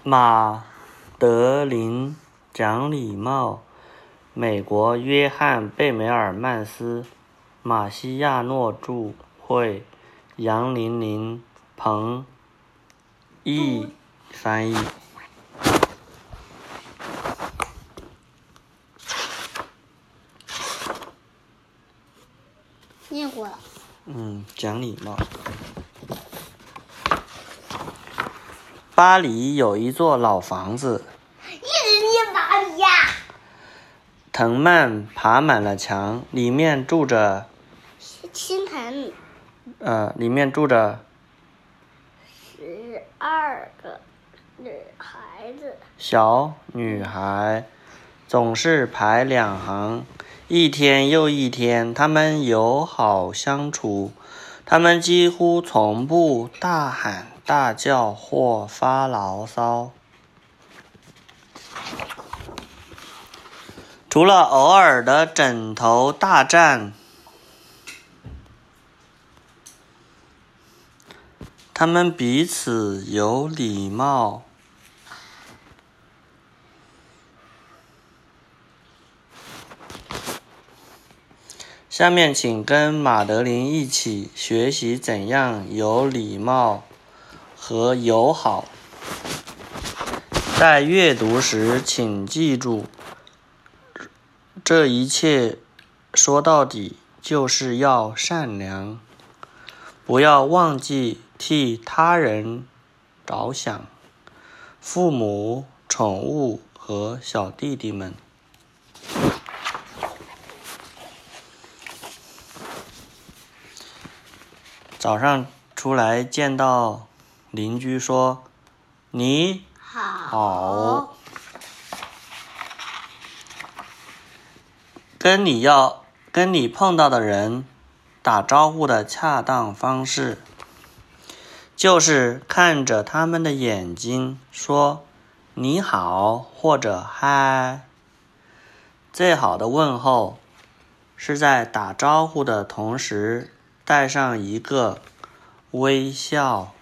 马德琳讲礼貌，美国约翰贝梅尔曼斯、马西亚诺著会，杨玲玲、彭毅翻译。 念过了。 讲礼貌。巴黎有一座老房子， 一直念巴黎呀。 藤蔓爬满了墙，里面住着倾盆。 里面住着 12个女孩子。 小女孩，总是排2行，一天又一天，她们友好相处。她们几乎从不大喊大叫或发牢骚，除了偶尔的枕头大战。他们彼此有礼貌。下面请跟马德琳一起学习怎样有礼貌和友好。在阅读时，请记住，这一切说到底就是要善良，不要忘记替他人着想，父母、宠物和小弟弟们。早上出来见到邻居说：“你好。”跟你碰到的人打招呼的恰当方式，就是看着他们的眼睛说“你好”或者“嗨”。最好的问候是在打招呼的同时带上一个微笑。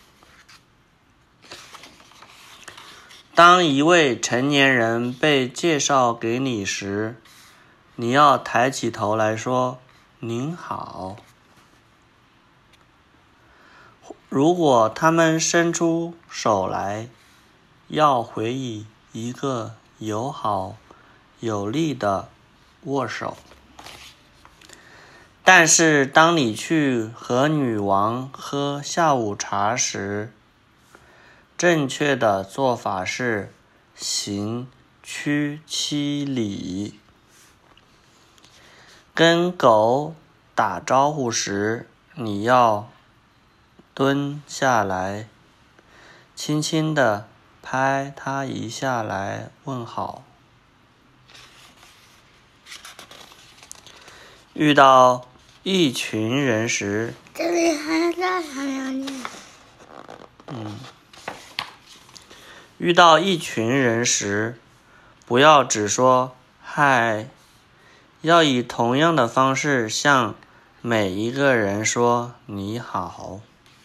当一位成年人被介绍给你时，你要抬起头来说“您好”。如果他们伸出手来，要回以一个友好有力的握手。但是当你去和女王喝下午茶时，正确的做法是行屈膝礼。跟狗打招呼时，你要蹲下来，轻轻地拍它一下来问好。遇到一群人时， 这里还大长两念。 遇到一群人时，不要只说嗨，要以同样的方式向每一个人说你好。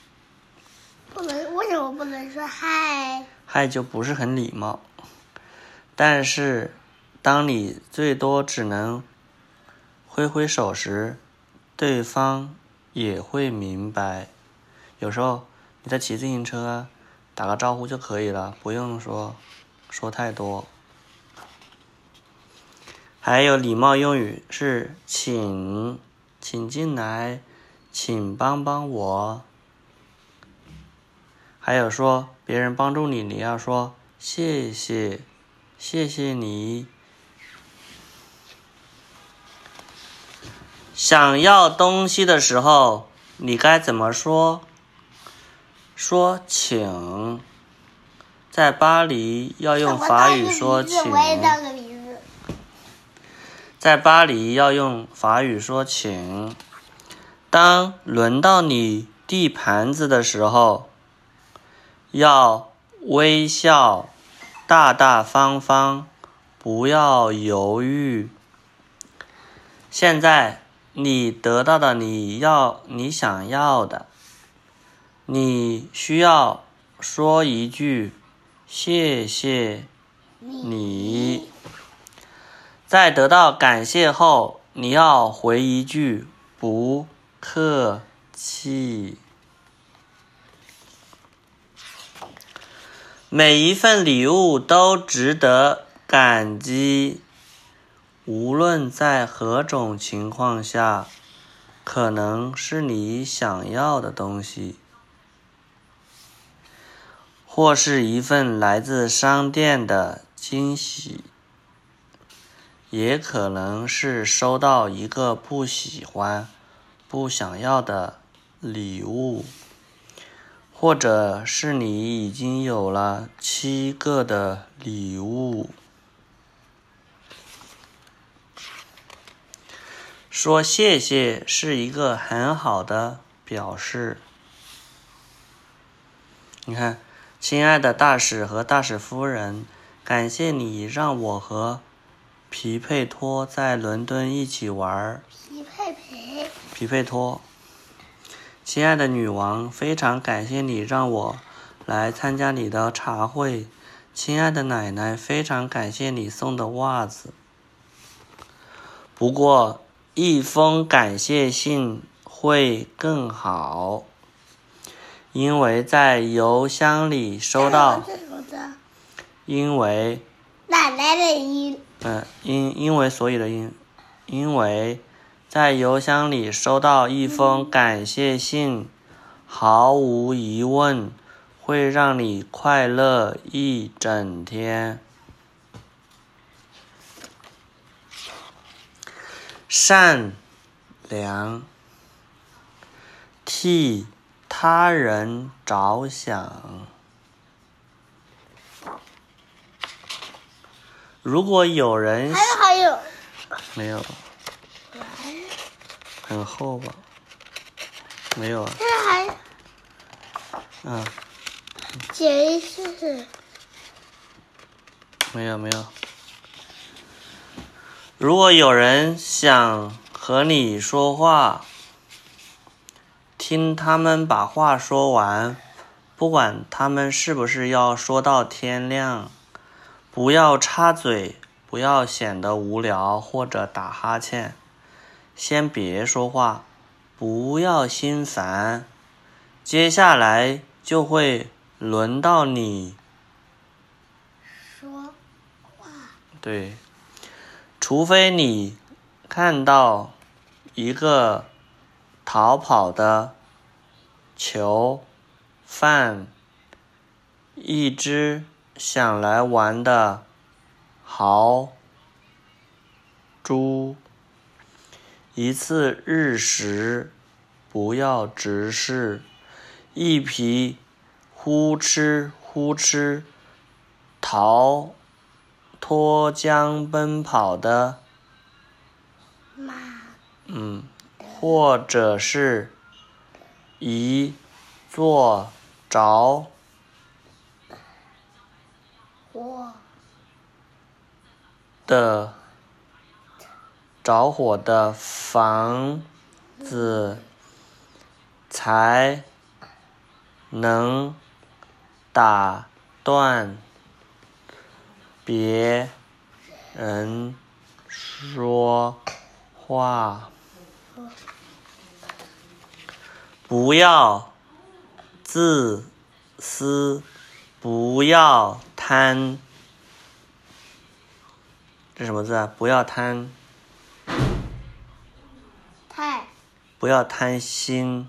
为什么不能说嗨？ 嗨就不是很礼貌。但是当你最多只能挥挥手时，对方也会明白。有时候你在骑自行车，打个招呼就可以了，不用说太多。还有礼貌用语是请进来，请帮帮我。还有说别人帮助你，你要说谢谢你。想要东西的时候，你该怎么说？说请。在巴黎要用法语说请。在巴黎要用法语说请。当轮到你递盘子的时候，要微笑，大大方方，不要犹豫。现在你得到的你想要的，你需要说一句谢谢你。在得到感谢后，你要回一句不客气。每一份礼物都值得感激，无论在何种情况下，可能是你想要的东西，或是一份来自商店的惊喜，也可能是收到一个不喜欢、不想要的礼物，或者是你已经有了7个的礼物。说谢谢是一个很好的表示。你看，亲爱的大使和大使夫人，感谢你让我和皮佩托在伦敦一起玩。皮佩托。亲爱的女王，非常感谢你让我来参加你的茶会。亲爱的奶奶，非常感谢你送的袜子。不过，一封感谢信会更好，因为在邮箱里收到，因为奶奶的音， 因为所以的因为在邮箱里收到一封感谢信，毫无疑问会让你快乐一整天。善良，替他人着想。如果有人还有没有，很厚吧？没有啊。 解释没有。如果有人想和你说话，听他们把话说完，不管他们是不是要说到天亮，不要插嘴，不要显得无聊或者打哈欠，先别说话，不要心烦，接下来就会轮到你说话。 对，除非你看到一个逃跑的囚犯，一只想来玩的豪猪，一次日食，不要直视，一匹呼哧呼哧脱缰奔跑的马， 或者是一座着火的房子，才能打断别人说话。不要自私，不要贪，这什么字啊？不要贪，不要贪心。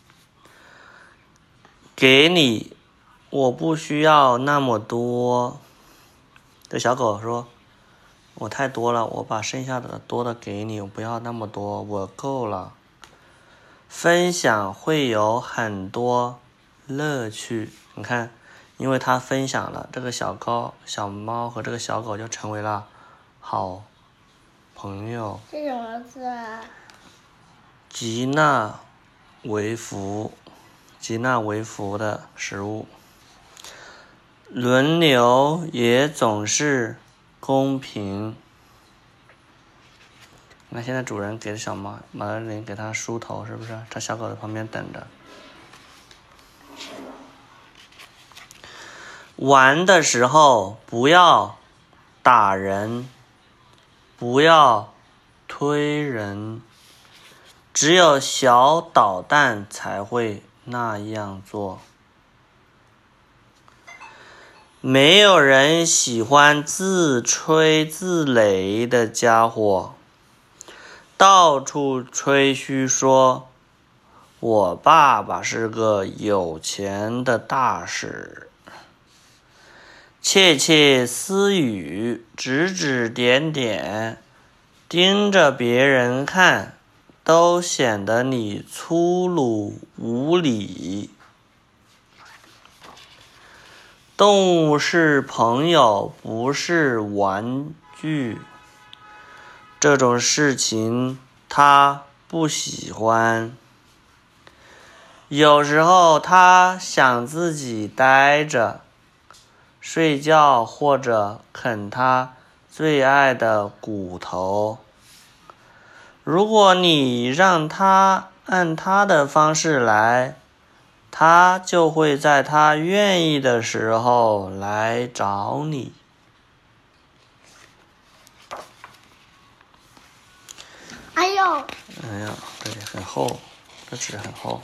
给你，我不需要那么多。这小狗说，我太多了，我把剩下的多的给你，我不要那么多，我够了。分享会有很多乐趣。你看，因为他分享了，这个小猫和这个小狗就成为了好朋友。 这什么字啊？ 吉纳维福的食物。轮流也总是公平。那现在主人给小猫马德琳给它梳头，是不是？它小狗在旁边等着。 玩的时候不要打人，不要推人，只有小捣蛋才会那样做。没有人喜欢自吹自擂的家伙，到处吹嘘说我爸爸是个有钱的大使，窃窃私语，指指点点，盯着别人看，都显得你粗鲁无礼。动物是朋友，不是玩具。这种事情他不喜欢。有时候他想自己待着，睡觉或者啃他最爱的骨头。如果你让他按他的方式来，他就会在他愿意的时候来找你。 哎呦！ 哎呀，这里很厚，这纸很厚。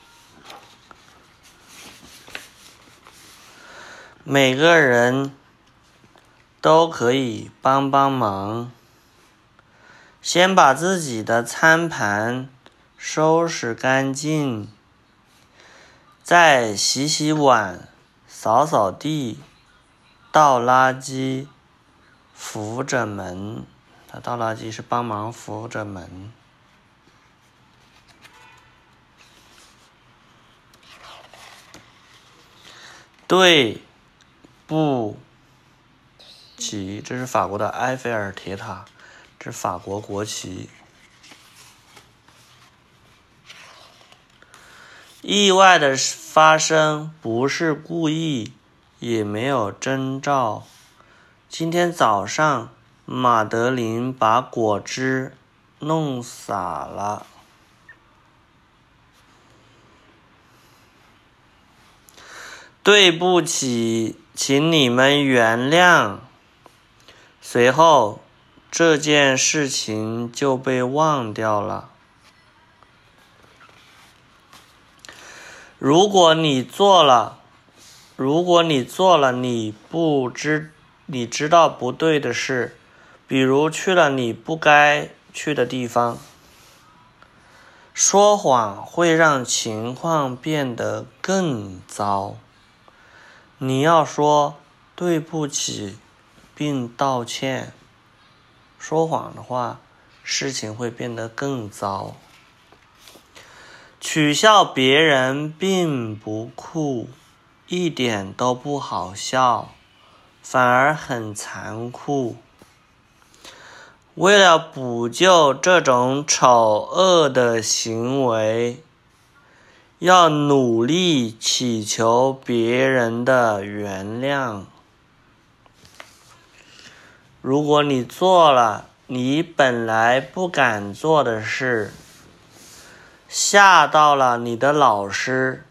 每个人都可以帮帮忙。先把自己的餐盘收拾干净，再洗洗碗，扫扫地，倒垃圾，扶着门。他倒垃圾是帮忙扶着门。对不起，这是法国的埃菲尔铁塔，这是法国国旗。意外的发生不是故意，也没有征兆。今天早上，马德琳把果汁弄洒了。对不起，请你们原谅。随后，这件事情就被忘掉了。如果你做了你知道不对的事，比如去了你不该去的地方，说谎会让情况变得更糟。你要说对不起并道歉。说谎的话，事情会变得更糟。取笑别人并不酷，一点都不好笑，反而很残酷。为了补救这种丑恶的行为，要努力祈求别人的原谅。如果你做了你本来不敢做的事，吓到了你的老师，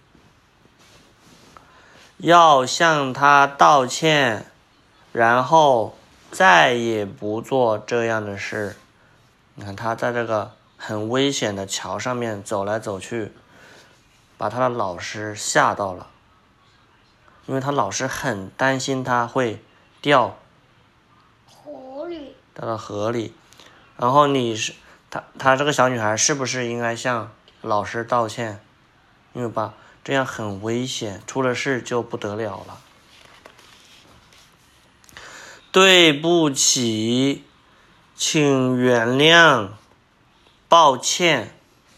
要向他道歉，然后再也不做这样的事。你看他在这个很危险的桥上面走来走去，把他的老师吓到了，因为他老师很担心他会掉到河里。然后他这个小女孩是不是应该向老师道歉？因为吧，这样很危险，出了事就不得了了。对不起，请原谅，抱歉。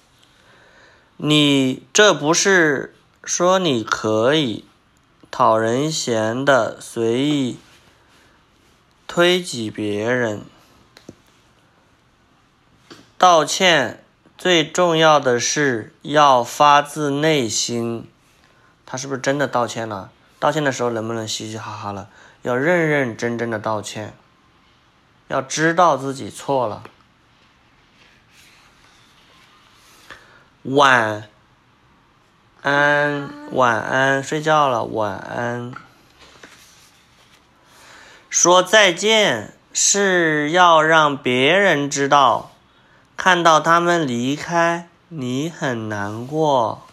这不是说你可以讨人嫌的随意推挤别人。道歉最重要的是要发自内心。他是不是真的道歉了？道歉的时候能不能嘻嘻哈哈了？要认认真真的道歉，要知道自己错了。晚安，晚安，睡觉了，晚安。 说再见是要让别人知道，看到他们离开，你很难过。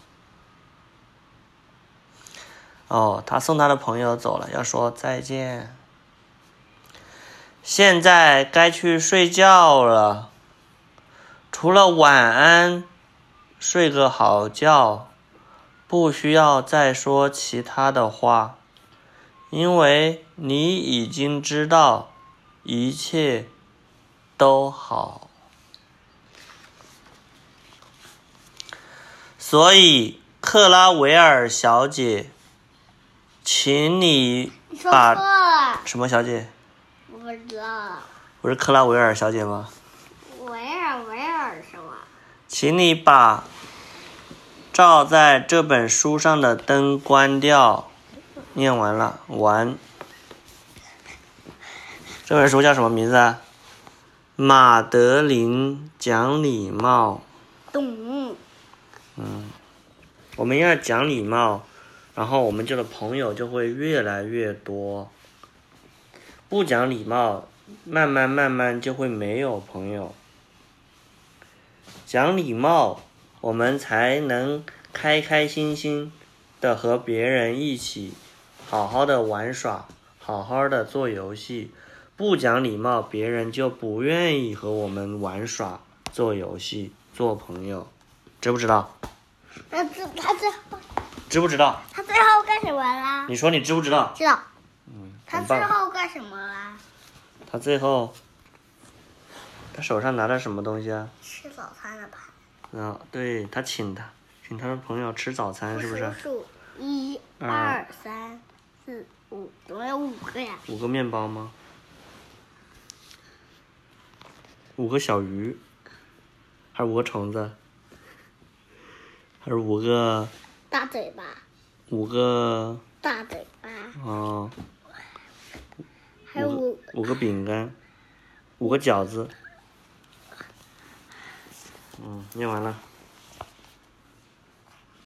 哦，他送他的朋友走了，要说再见。现在该去睡觉了，除了晚安，睡个好觉，不需要再说其他的话，因为你已经知道一切都好。所以，克拉维尔小姐，请你把你说错了， 什么小姐？ 我不知道。 不是克拉维尔小姐吗？ 维尔是吗？ 请你把照在这本书上的灯关掉。念完了，完。这本书叫什么名字啊？马德琳讲礼貌。 懂。 我们要讲礼貌，然后我们这个朋友就会越来越多。不讲礼貌，慢慢就会没有朋友。讲礼貌，我们才能开开心心的和别人一起好好的玩耍，好好的做游戏。不讲礼貌，别人就不愿意和我们玩耍、做游戏、做朋友，知不知道？ 他最后知不知道？ 他最后干什么啦？ 你说你知不知道？ 知道。他最很棒。 后干什么啦？ 他最后，他手上拿着什么东西啊？ 吃早餐的盘。 啊，对，他请他的朋友吃早餐，是不是？ 数1、2、3、4、5，总共有5个呀。 5个面包吗？5个小鱼，还是5个虫子？还是5个大嘴巴。 5个大嘴巴。 哦， 还有 5个饼干，5个饺子。念完了。